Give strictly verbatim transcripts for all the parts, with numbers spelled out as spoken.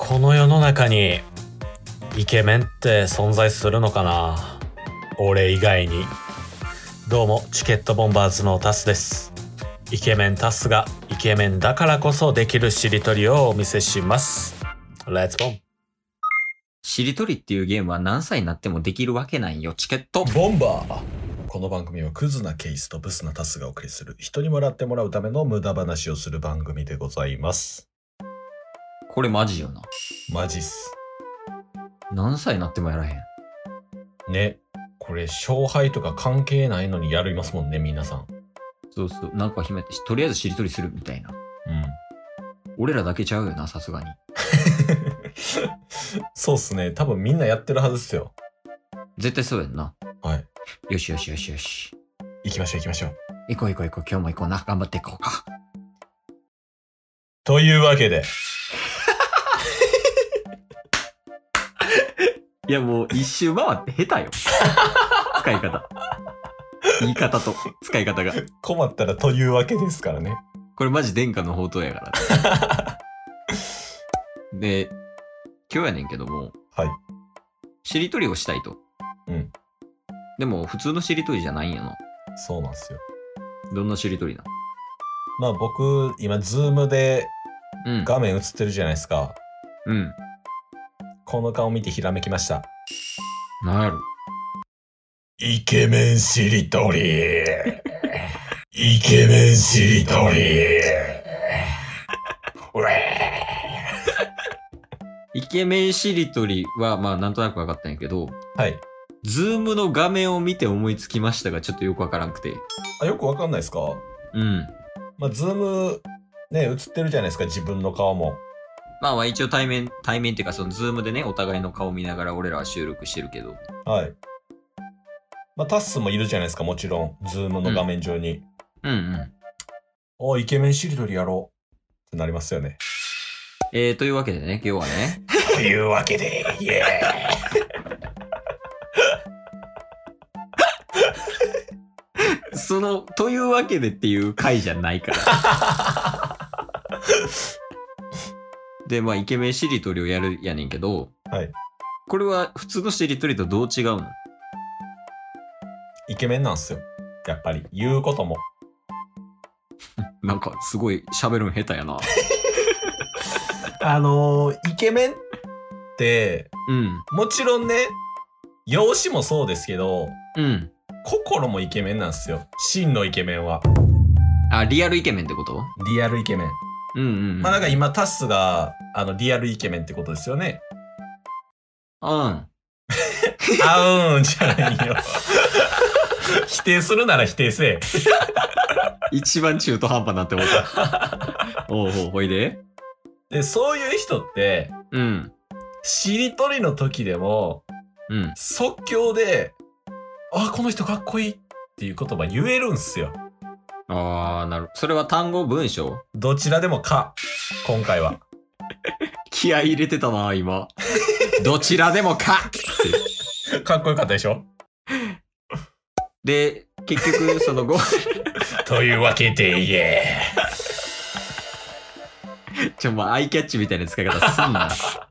この世の中にイケメンって存在するのかな？俺以外に。どうもチケットボンバーズのタスです。イケメンタスがイケメンだからこそできるしりとりをお見せします。レッツボン。 しりとりっていうゲームは何歳になってもできるわけないよ。チケットボンバー。この番組はクズなケイスとブスなタスがお送りする、人に笑ってもらうための無駄話をする番組でございます。 これマジよな。 マジっす。 何歳になってもやらへん。 ね。これ勝敗とか関係ないのにやりますもんね、皆さん。 そうそう。なんか秘めてし、とりあえずしりとりするみたいな。 うん。 俺らだけちゃうよな、さすがに。 そうっすね。多分みんなやってるはずっすよ。 絶対そうやんな。 はい。 よしよしよしよし。 行きましょう行きましょう。 行こう行こう行こう。今日も行こうな。頑張っていこうか。 というわけで。 いやもう一周回って下手よ。使い方。言い方と使い方が。 困ったらというわけですからね。 これマジ殿下の宝刀やからね。で、今日やねんけども。 はい。 しりとりをしたいと。 うん。 でも普通のしりとりじゃないんやな。 そうなんですよ。 どんなしりとりな？ まあ僕、今ズームでうん。 画面映ってるじゃないですか。 うん。 この顔見てひらめきました。 なんやろ。 イケメンしりとり。イケメンしりとり。 イケメンしりとりはまあなんとなく分かったんやけど、 はい。 ズームの画面を見て思いつきましたがちょっとよくわからんくて。 あ、よくわかんないですか？ うん。 まあ、ズームね、映ってるじゃないですか、自分の顔も。 まあまあ一応対面、対面っていうかそのズームでね、お互いの顔見ながら俺らは収録してるけど。 はい。まあ、タッスもいるじゃないですか、もちろん。ズームの画面上に。 うんうん。 お、イケメンしりとりやろうってなりますよね。 えー、というわけでね、今日はね。 というわけで、イエーイその、というわけでっていう回じゃないから。で、まあ、イケメンしりとりをやるやねんけど、 はい。 これは普通のしりとりとどう違うの？ イケメンなんすよ。やっぱり。言うことも。 なんか、すごい喋るん下手やな。 あのー、イケメンって、 うん。 もちろんね、容姿もそうですけど、 うん。 心もイケメンなんすよ。真のイケメンは。 あ、リアルイケメンってこと？ リアルイケメン。 うんうん、うん。 まあなんか今タッスが、あの、リアルイケメンってことですよね。 うん。 あうんじゃないよ。否定するなら否定せえ。 一番中途半端なって思った。おうおう、ほいで？ で、そういう人って、 うん。 しりとりの時でも、 うん。 即興で、あ、この人かっこいいっていう言葉言えるんすよ。 あー、なる。それは単語、文章？ どちらでもか、今回は。 気合い入れてたな、今。どちらでもかって。 かっこよかったでしょ？ で、結局、その後。 というわけで、イエー。ちょ、もうアイキャッチみたいな使い方すんな。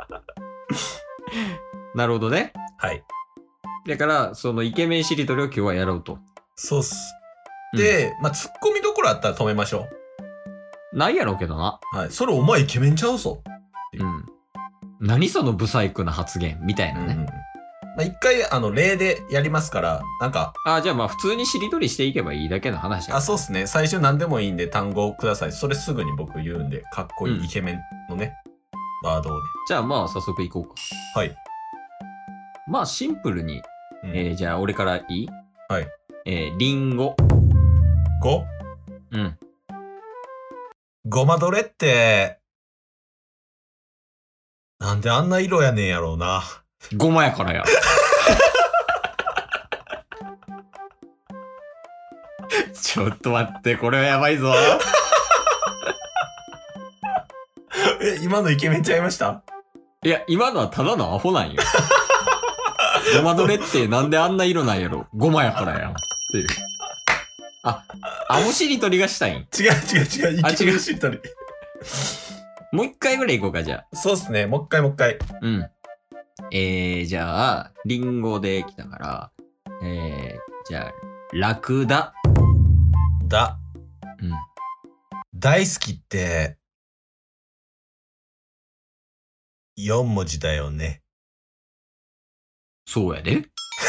なるほどね。 はい。 だから、そのイケメンしりとりを今日はやろうと。 そうっす。で、うん、まあ、突っ込みどころあったら止めましょう。ないやろうけどな。 はい。それお前イケメンちゃうぞ。 うん。何そのブサイクな発言みたいなね。うんうん、 まあ、一回、あの、例でやりますから、なんか。 あ、じゃあまあ普通にしりとりしていけばいいだけの話や。 あ、そうっすね。最初何でもいいんで単語ください。それすぐに僕言うんで、かっこいいイケメンのね、うん、ワードをね。 じゃあまあ早速いこうか。 はい。 まあシンプルに、うん、えー、じゃあ俺からいい？ はい。 えー、リンゴ。 ご？ うん。 ごまどれって、なんであんな色やねんやろうな。 ごまやからや。ちょっと待って、これはやばいぞ。 え、今のイケメンちゃいました？ いや、今のはただのアホなんよ。ごまどれってなんであんな色なんやろ？ごまやからやん。っていう。あ、あもしりとりがしたいん？ 違う違う違う、イケメンしりとり。 もう一回ぐらい行こうか、じゃあ。 そうっすね。もう一回もう一回。 うん。えー、じゃあ、リンゴできたから、えー、じゃあ、ラクダ。 だ。 うん。 大好きって、よん文字だよね。 そうやで。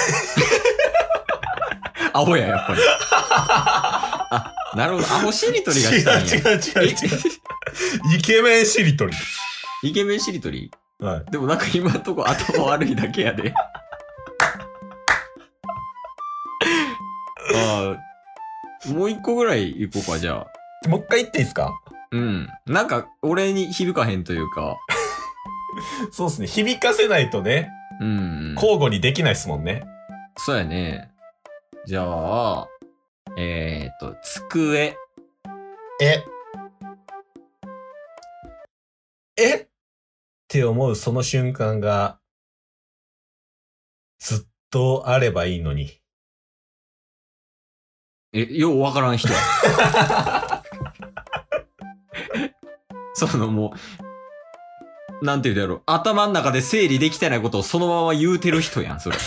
アホや、やっぱり。あ、なるほど。アホしりとりがしたんや。 違う違う違う違う。イケメンしりとり。 イケメンしりとりはい。 でもなんか今んとこ頭悪いだけやで。ああ、もう一個ぐらい行こうか、じゃあ。 もう一回言っていいですか？ うん。なんか、俺に響かへんというか。 そうですね。響かせないとね、 うん。 交互にできないですもんね。 そうやね。じゃあ、えーっと、机。 ええって思うその瞬間が、ずっとあればいいのに。 え、ようわからん人や。そのもう、なんて言うだろう。頭の中で整理できてないことをそのまま言うてる人やん、それ。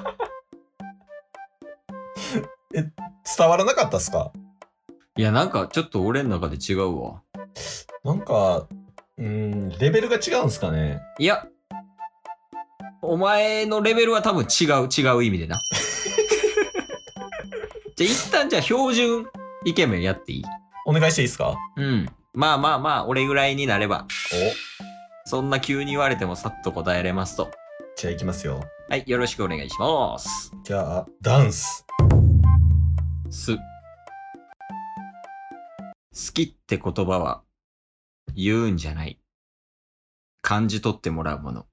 伝わらなかったっすか？ いや、なんかちょっと俺の中で違うわ。 なんか、うーん、レベルが違うんすかね。 いや、お前のレベルは多分違う、違う意味でな。じゃあ一旦じゃあ標準イケメンやっていい？ お願いしていいですか？ うん。まあまあまあ、俺ぐらいになれば、 お、 そんな急に言われてもさっと答えれますと。 じゃあ行きますよ。 はい、よろしくお願いします。 じゃあ、ダンス。 す。好きって言葉は言うんじゃない。感じ取ってもらうもの。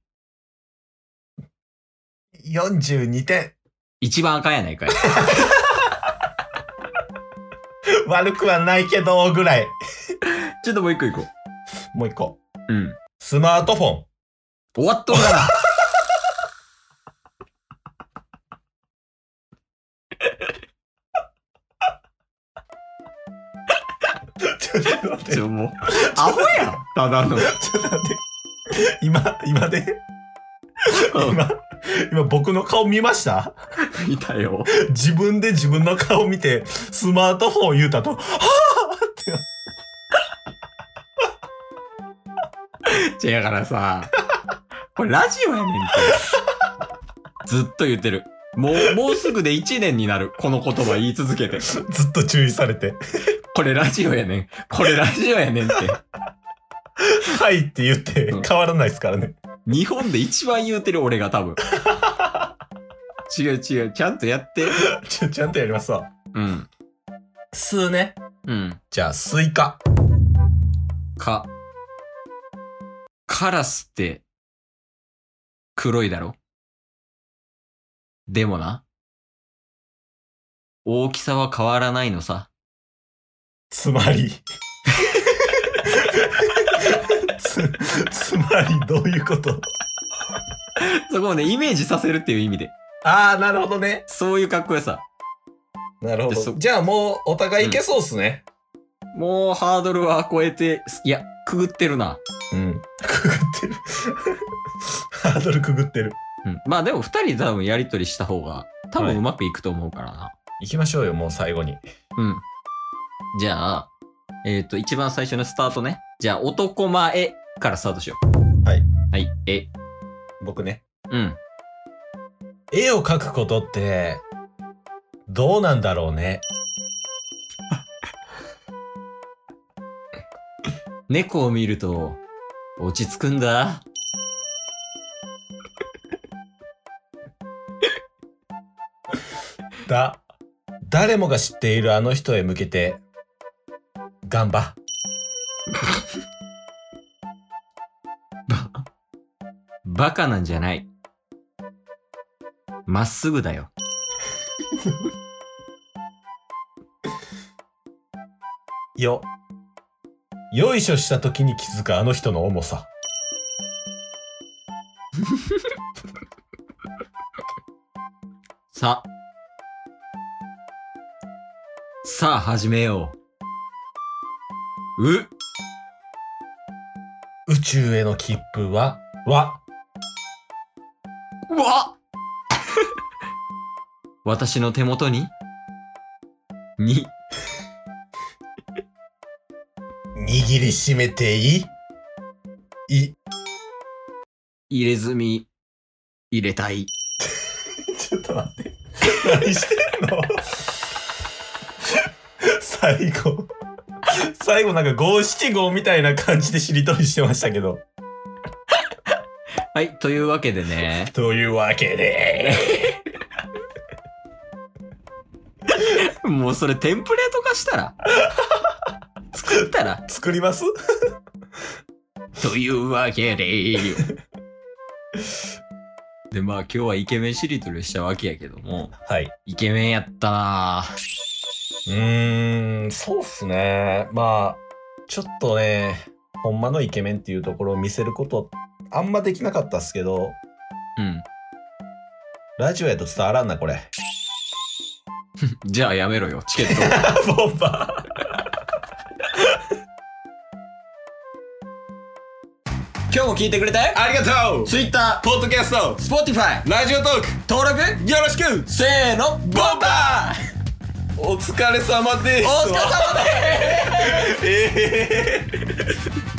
よんじゅうにてん。 一番赤やないかい。 悪くはないけど、ぐらい。 ちょっともう一個いこもう一個。 う。うん。 スマートフォン。 終わっとるかな。 ちょっと待って。 ちょ、もう、アホやん。ただの。 ちょっと待って。今、今で、今、今僕の顔見ました？ 見たよ。 自分で自分の顔見て、スマートフォン言うたと、はぁって。 じゃ、だからさ、これラジオやねんって。ずっと言ってる。もう、もうすぐでいちねんになる。この言葉言い続けて。 ずっと注意されて。 これラジオやねん。これラジオやねんって。 はいって言ってうん変わらないですからね。 日本で一番言うてる俺が多分。違う違う。ちゃんとやって。 ちょ、ちゃんとやりますわ。 うん。 すね。 うん。 じゃあ、スイカ。 か。カラスって黒いだろ？でもな。大きさは変わらないのさ。 つまり。つ、つまりどういうこと？ そこをね、イメージさせるっていう意味で。 ああ、なるほどね。 そういうかっこよさ。 なるほでそど。じゃあもうお互いいけそうっすね。 もうハードルは超えて、いや、くぐってるな。 うん。くぐってる。ハードルくぐってる。 うん。まあでも二人多分やりとりした方が、多はい分うまくいくと思うからな。 行きましょうよ、もう最後に。 うん。じゃあ、えっと、一番最初のスタートね。じゃあ、男前からスタートしよう。 はい。 はい、え。 僕ね。 うん。 絵を描くことって、どうなんだろうね。 猫を見ると、落ち着くんだ。 だ、誰もが知っているあの人へ向けて、頑張。 バカなんじゃない。まっすぐだよ。 よ。よいしょした時に気づくあの人の重さ。 さ。さあ始めよう。う。 宇宙への切符は、わ。 うわ私の手元にに握りしめていいい。 入れ墨入れたい。 ちょっと待って。何してんの最後。最後なんか五七五みたいな感じでしりとりしてましたけど。 はい、というわけでね。 というわけで。 もうそれテンプレート化したら作ったら作りますというわけで。で、まあ今日はイケメンしりとりしたわけやけども。 はい。 イケメンやったなうーん、そうっすね。まあ、ちょっとね、ほんまのイケメンっていうところを見せることあんまできなかったっすけど、 うん。 ラジオやと伝わらんな、これ。 じゃあやめろよ、チケット。 ボンバー。 今日も聞いてくれてありがとう。 Twitter、 ポッドキャスト、 Spotify、 ラジオトーク、 登録よろしく。 せーの、ボンバー。 お疲れ様です。 お疲れ様です。 ええー